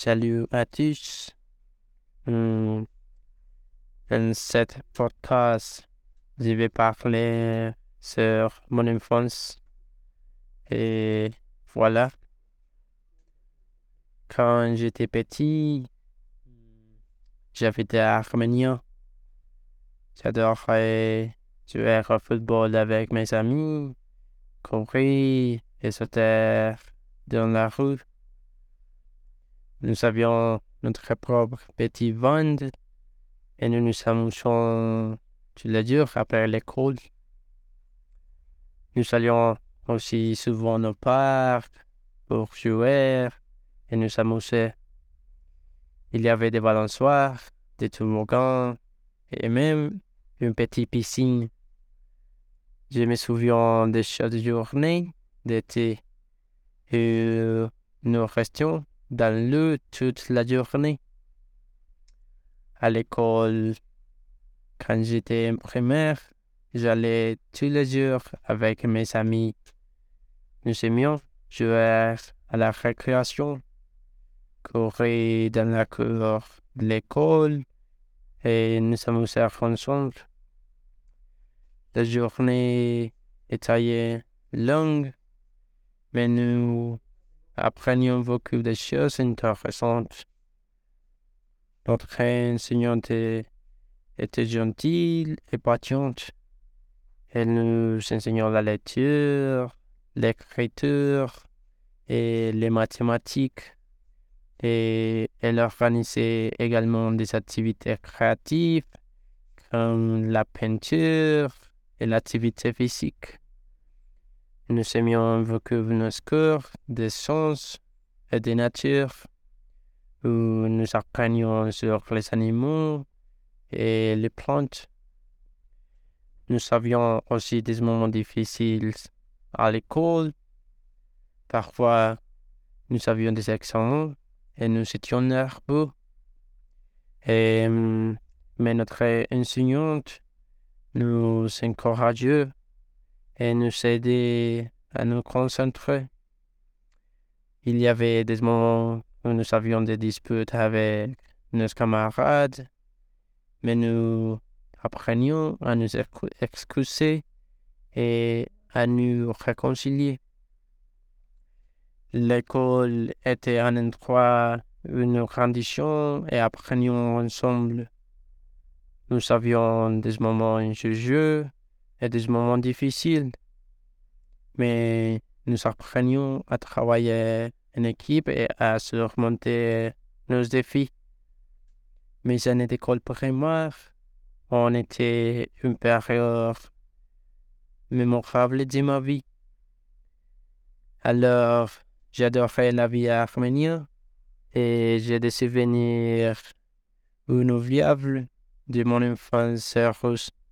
Salut à tous. Hum, Dans cette podcast, je vais parler sur mon enfance. Et voilà, quand j'étais petit, j'habitais à Arménie. J'adorais jouer au football avec mes amis, courir et sauter dans la rue. Nous avions notre propre petit van et nous nous amusions tous les jours après l'école. Nous allions aussi souvent au parc pour jouer et nous amuser. Il y avait des balançoires, des toboggans et même une petite piscine. Je me souviens de chaque journée d'été et nous restions dans l'eau toute la journée. À l'école, quand j'étais en primaire, j'allais tous les jours avec mes amis. Nous aimions jouer à la récréation, courir dans la cour de l'école et nous amuser ensemble. La journée était longue, mais nous apprenions beaucoup de choses intéressantes. Notre enseignante était gentille et patiente. Elle nous enseignait la lecture, l'écriture et les mathématiques. Et elle organisait également des activités créatives comme la peinture et l'activité physique. Nous aimions beaucoup nos cours de sciences et de nature où nous apprenions sur les animaux et les plantes. Nous avions aussi des moments difficiles à l'école. Parfois, nous avions des examens et nous étions nerveux. Mais notre enseignante nous encourageait et nous aidait à nous concentrer. Il y avait des moments où nous avions des disputes avec nos camarades, mais nous apprenions à nous excuser et à nous réconcilier. L'école était un endroit où nous grandissions et apprenions ensemble. Nous avions des moments joyeux et des moments difficiles, mais nous apprenions à travailler en équipe et à surmonter nos défis. Mes années d'école primaire ont été une période mémorable de ma vie. Alors, j'adorais la vie arménienne et j'ai des souvenirs inoubliables de mon enfance heureuse.